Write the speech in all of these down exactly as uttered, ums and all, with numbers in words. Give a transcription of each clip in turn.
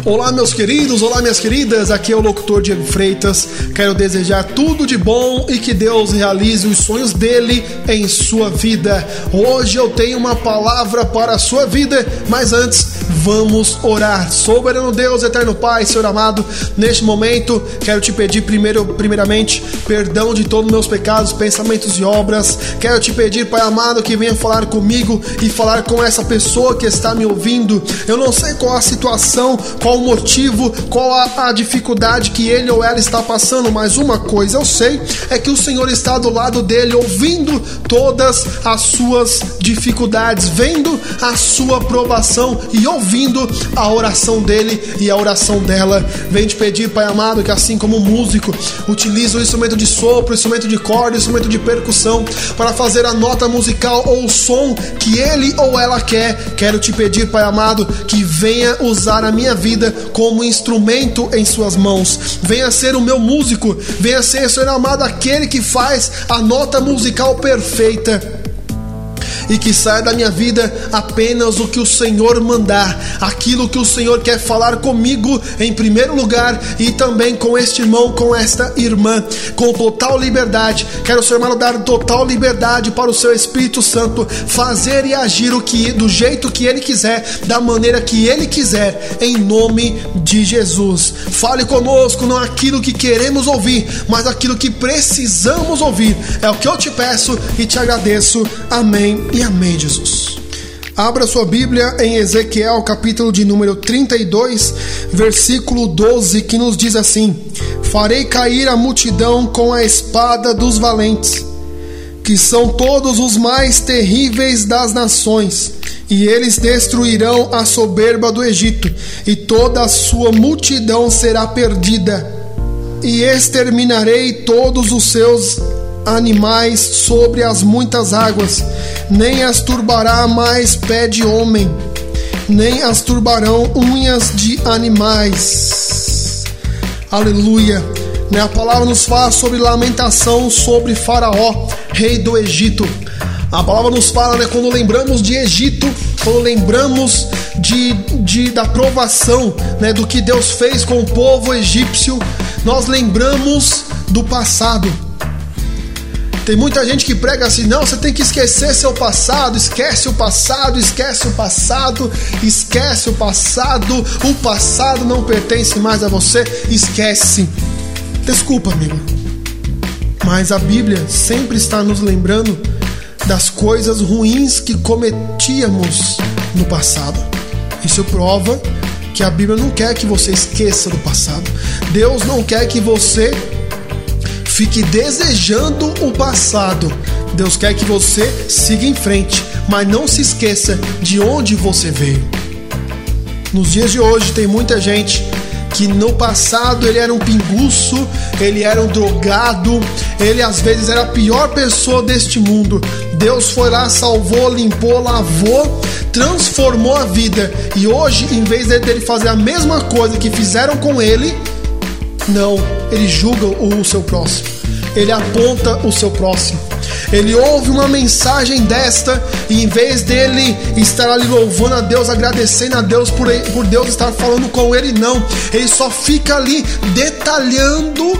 Olá meus queridos, olá minhas queridas, aqui é o locutor Diego Freitas. Quero desejar tudo de bom e que Deus realize os sonhos dele em sua vida. Hoje eu tenho uma palavra para a sua vida, mas antes vamos orar. Soberano Deus, eterno Pai, Senhor amado, neste momento quero te pedir primeiro, primeiramente perdão de todos os meus pecados, pensamentos e obras. Quero te pedir, Pai amado, que venha falar comigo e falar com essa pessoa que está me ouvindo. Eu não sei qual a situação, qual o motivo, qual a, a dificuldade que ele ou ela está passando, mas uma coisa eu sei, é que o Senhor está do lado dele, ouvindo todas as suas dificuldades, vendo a sua provação e ouvindo a oração dele e a oração dela. Vem te pedir, Pai amado, que assim como o músico utiliza o instrumento de sopro, o instrumento de corda, o instrumento de percussão para fazer a nota musical ou o som que ele ou ela quer, quero te pedir, Pai amado, que venha usar a minha vida como instrumento em suas mãos. Venha ser o meu músico, venha ser, Senhor amado, aquele que faz a nota musical perfeita. E que saia da minha vida apenas o que o Senhor mandar, aquilo que o Senhor quer falar comigo em primeiro lugar e também com este irmão, com esta irmã, com total liberdade. Quero, Senhor amado, dar total liberdade para o seu Espírito Santo fazer e agir o que, do jeito que Ele quiser, da maneira que Ele quiser, em nome de Jesus. Fale conosco, não aquilo que queremos ouvir, mas aquilo que precisamos ouvir. É o que eu te peço e te agradeço. Amém. E amém, Jesus. Abra sua Bíblia em Ezequiel, capítulo de número trinta e dois, versículo doze, que nos diz assim: farei cair a multidão com a espada dos valentes, que são todos os mais terríveis das nações, e eles destruirão a soberba do Egito, e toda a sua multidão será perdida, e exterminarei todos os seus animais sobre as muitas águas, nem as turbará mais pé de homem, nem as turbarão unhas de animais. Aleluia. Né? A palavra nos fala sobre lamentação sobre Faraó, rei do Egito. A palavra nos fala, né, quando lembramos de Egito, quando lembramos de, de, da provação, né, do que Deus fez com o povo egípcio, nós lembramos do passado. Tem muita gente que prega assim: não, você tem que esquecer seu passado, esquece o passado, esquece o passado, esquece o passado, o passado não pertence mais a você, esquece. Desculpa, amigo, mas a Bíblia sempre está nos lembrando das coisas ruins que cometíamos no passado. Isso prova que a Bíblia não quer que você esqueça do passado. Deus não quer que você fique desejando o passado. Deus quer que você siga em frente, mas não se esqueça de onde você veio. Nos dias de hoje tem muita gente que no passado ele era um pinguço, ele era um drogado, ele às vezes era a pior pessoa deste mundo. Deus foi lá, salvou, limpou, lavou, transformou a vida, e hoje, em vez dele fazer a mesma coisa que fizeram com ele, não, ele julga o seu próximo, ele aponta o seu próximo. Ele ouve uma mensagem desta e em vez dele estar ali louvando a Deus, agradecendo a Deus por, ele, por Deus estar falando com ele, não, ele só fica ali detalhando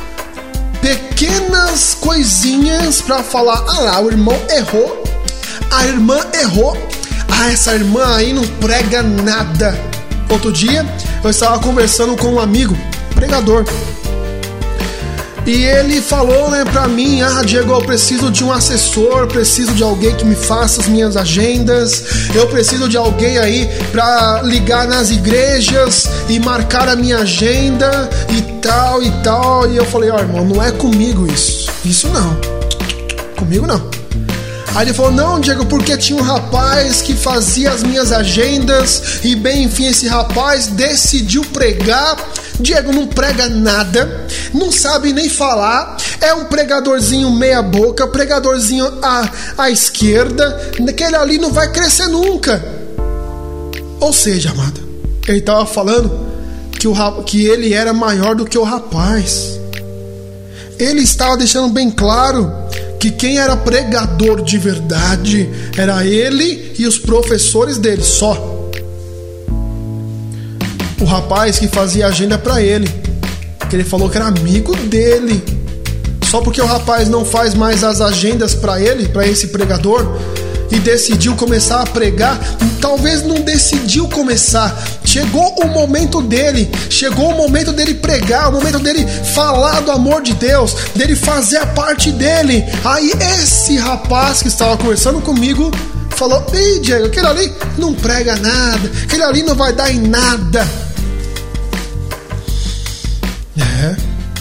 pequenas coisinhas para falar: ah lá, o irmão errou, a irmã errou, ah, essa irmã aí não prega nada. Outro dia eu estava conversando com um amigo pregador, e ele falou, né, pra mim: ah, Diego, eu preciso de um assessor, preciso de alguém que me faça as minhas agendas, eu preciso de alguém aí pra ligar nas igrejas e marcar a minha agenda e tal e tal. E eu falei: ó, oh, irmão, não é comigo isso, isso não, comigo não. Aí ele falou: não, Diego, porque tinha um rapaz que fazia as minhas agendas e bem, enfim, esse rapaz decidiu pregar. Diego, não prega nada, não sabe nem falar, é um pregadorzinho meia boca, pregadorzinho à, à esquerda, aquele ali não vai crescer nunca. Ou seja, amado, ele estava falando que, o, que ele era maior do que o rapaz. Ele estava deixando bem claro que quem era pregador de verdade era ele e os professores dele, só. o rapaz que fazia agenda para ele, que ele falou que era amigo dele. Só porque o rapaz não faz mais as agendas para ele, para esse pregador, e decidiu começar a pregar, talvez não decidiu começar, chegou o momento dele, chegou o momento dele pregar, o momento dele falar do amor de Deus, dele fazer a parte dele. Aí esse rapaz que estava conversando comigo falou: ei, Diego, aquele ali não prega nada, aquele ali não vai dar em nada. É.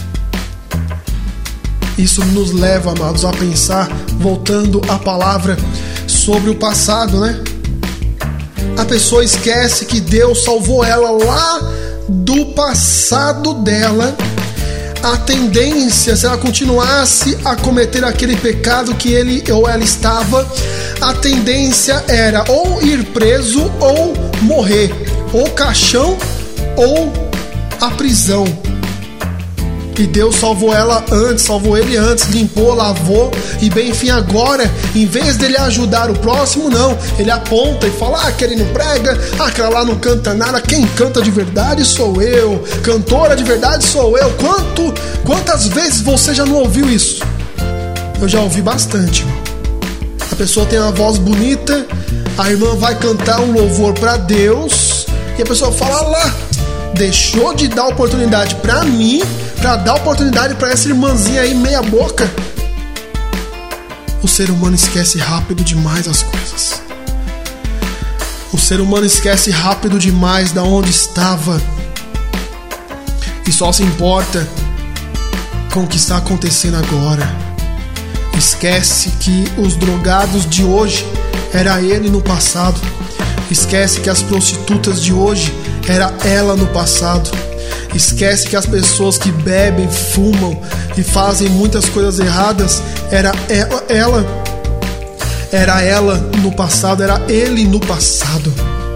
Isso nos leva, amados, a pensar, voltando à palavra, sobre o passado, né? A pessoa esquece que Deus salvou ela lá do passado dela. A tendência, se ela continuasse a cometer aquele pecado que ele ou ela estava, a tendência era ou ir preso ou morrer, ou caixão ou a prisão. E Deus salvou ela antes, salvou ele antes, limpou, lavou, e bem, enfim, agora, em vez dele ajudar o próximo, não, ele aponta e fala: ah, aquele não prega, ah, aquela lá não canta nada, quem canta de verdade sou eu, cantora de verdade sou eu. Quanto, quantas vezes você já não ouviu isso? Eu já ouvi bastante, irmão. A pessoa tem uma voz bonita, a irmã vai cantar um louvor pra Deus, e a pessoa fala: ah lá, deixou de dar oportunidade pra mim, pra dar oportunidade pra essa irmãzinha aí meia boca. O ser humano esquece rápido demais as coisas. O ser humano esquece rápido demais da onde estava, e só se importa com o que está acontecendo agora. Esquece que os drogados de hoje era ele no passado. Esquece que as prostitutas de hoje era ela no passado. Esquece que as pessoas que bebem, fumam e fazem muitas coisas erradas era ela, ela era ela no passado, era ele no passado.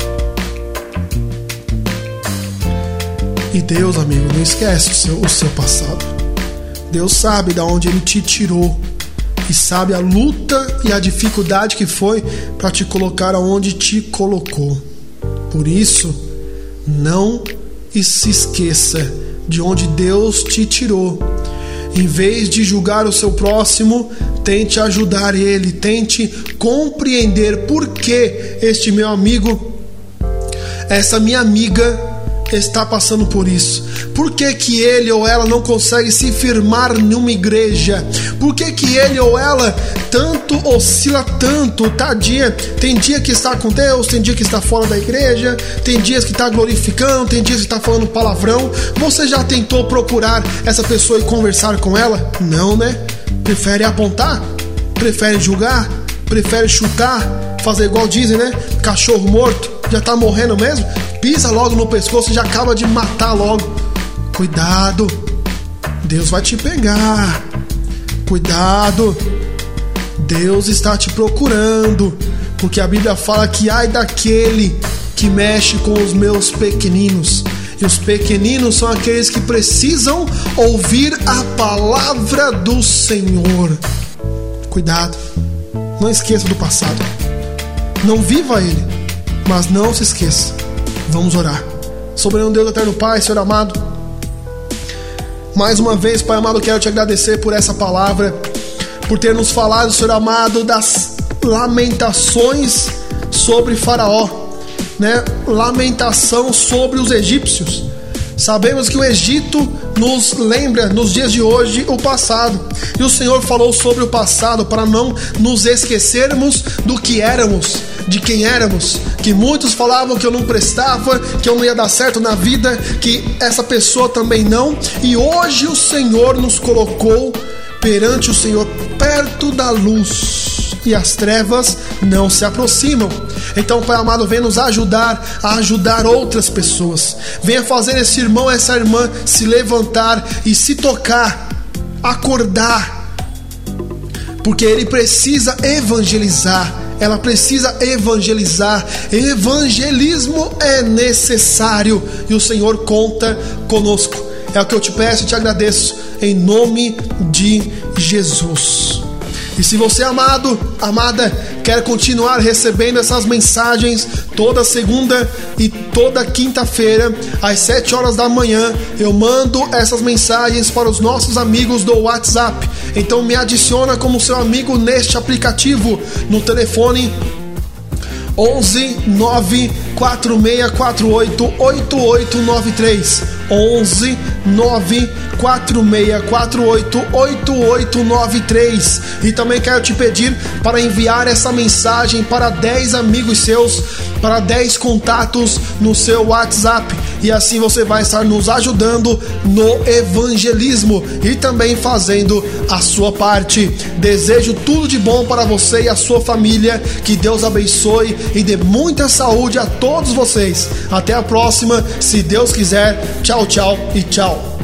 E Deus, amigo, não esquece o seu, o seu passado. Deus sabe de onde ele te tirou e sabe a luta e a dificuldade que foi para te colocar aonde te colocou. Por isso, não e se esqueça de onde Deus te tirou. Em vez de julgar o seu próximo, tente ajudar ele, tente compreender por que este meu amigo, essa minha amiga está passando por isso. Por que que ele ou ela não consegue se firmar numa igreja? Por que que ele ou ela tanto oscila tanto? Tadinha, tem dia que está com Deus, tem dia que está fora da igreja, tem dias que está glorificando, tem dias que está falando palavrão. Você já tentou procurar essa pessoa e conversar com ela? Não, né? Prefere apontar? Prefere julgar? Prefere chutar? Fazer igual dizem, né? Cachorro morto, já tá morrendo mesmo? Pisa logo no pescoço e já acaba de matar logo. Cuidado, Deus vai te pegar. Cuidado, Deus está te procurando, porque a Bíblia fala que ai daquele que mexe com os meus pequeninos. E os pequeninos são aqueles que precisam ouvir a palavra do Senhor. Cuidado, não esqueça do passado. Não viva ele, mas não se esqueça. Vamos orar. Soberano Deus, eterno Pai, Senhor amado, mais uma vez, Pai amado, quero te agradecer por essa palavra, por ter nos falado, Senhor amado, das lamentações sobre Faraó, né? Lamentação sobre os egípcios. Sabemos que o Egito nos lembra, nos dias de hoje, o passado. E o Senhor falou sobre o passado para não nos esquecermos do que éramos, de quem éramos. Que muitos falavam que eu não prestava, que eu não ia dar certo na vida, que essa pessoa também não. E hoje o Senhor nos colocou perante o Senhor, perto da luz, e as trevas não se aproximam. Então, Pai amado, venha nos ajudar a ajudar outras pessoas. Venha fazer esse irmão, essa irmã se levantar e se tocar, acordar, porque ele precisa evangelizar, ela precisa evangelizar. Evangelismo é necessário e o Senhor conta conosco. É o que eu te peço e te agradeço em nome de Jesus. E se você, amado, amada, quer continuar recebendo essas mensagens toda segunda e toda quinta-feira, às sete horas da manhã, eu mando essas mensagens para os nossos amigos do WhatsApp. Então me adiciona como seu amigo neste aplicativo, no telefone onze nove quatro seis quatro oito oito oito nove três, onze nove quatro seis quatro oito oito oito nove três. E também quero te pedir para enviar essa mensagem para dez amigos seus, para dez contatos no seu WhatsApp, e assim você vai estar nos ajudando no evangelismo e também fazendo a sua parte. Desejo tudo de bom para você e a sua família, que Deus abençoe e dê muita saúde a todos vocês. Até a próxima, se Deus quiser. Tchau, tchau e tchau.